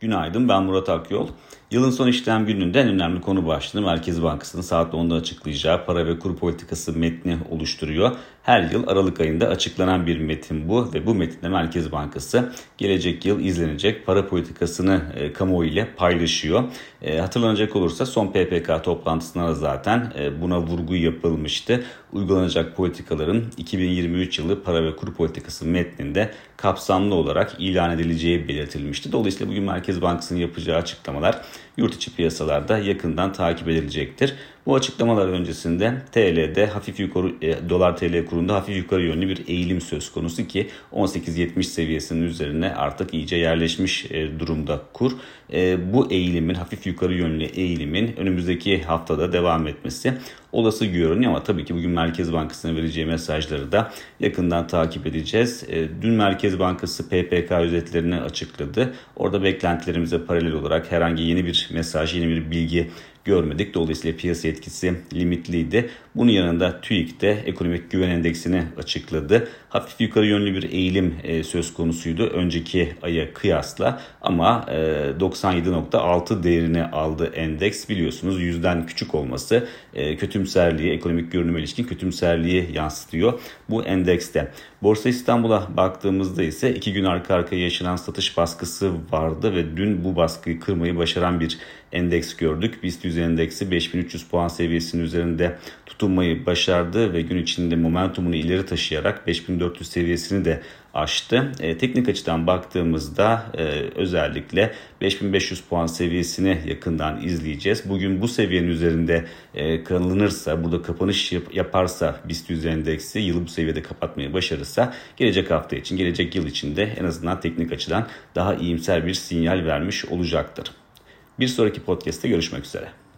Günaydın, ben Murat Akyol. Yılın son işlem gününde en önemli konu başlığını Merkez Bankası'nın saat 10'da açıklayacağı para ve kur politikası metni oluşturuyor. Her yıl Aralık ayında açıklanan bir metin bu ve bu metinde Merkez Bankası gelecek yıl izlenecek para politikasını kamuoyu ile paylaşıyor. Hatırlanacak olursa son PPK toplantısında da zaten buna vurgu yapılmıştı. Uygulanacak politikaların 2023 yılı para ve kur politikası metninde kapsamlı olarak ilan edileceği belirtilmişti. Dolayısıyla bugün Merkez Bankası'nın yapacağı açıklamalar yurt içi piyasalarda yakından takip edilecektir. Bu açıklamalar öncesinde TL'de hafif yukarı dolar TL kurunda hafif yukarı yönlü bir eğilim söz konusu ki 18.70 seviyesinin üzerine artık iyice yerleşmiş durumda kur. Bu eğilimin hafif yukarı yönlü eğilimin önümüzdeki haftada devam etmesi olası görünüyor ama tabii ki bugün Merkez Bankası'nın vereceği mesajları da yakından takip edeceğiz. Dün Merkez Bankası PPK özetlerini açıkladı. Orada beklentilerimize paralel olarak herhangi yeni bir mesaj, yeni bir bilgi görmedik. Dolayısıyla piyasa etkisi limitliydi. Bunun yanında TÜİK de ekonomik güven endeksini açıkladı. Hafif yukarı yönlü bir eğilim söz konusuydu önceki aya kıyasla ama 97.6 değerini aldı endeks. Biliyorsunuz 100'den küçük olması kötümserliği, ekonomik görünüme ilişkin kötümserliği yansıtıyor bu endekste. Borsa İstanbul'a baktığımızda ise 2 gün arka arkaya yaşanan satış baskısı vardı ve dün bu baskıyı kırmayı başaran bir endeks gördük. BIST 100 endeksi 5300 puan seviyesinin üzerinde tutunmayı başardı ve gün içinde momentumunu ileri taşıyarak 5400 seviyesini de aştı. Teknik açıdan baktığımızda özellikle 5500 puan seviyesini yakından izleyeceğiz. Bugün bu seviyenin üzerinde kalınırsa, burada kapanış yaparsa BIST 100 endeksi yılı bu seviyede kapatmayı başarırsa gelecek hafta için, gelecek yıl için de en azından teknik açıdan daha iyimser bir sinyal vermiş olacaktır. Bir sonraki podcast'te görüşmek üzere.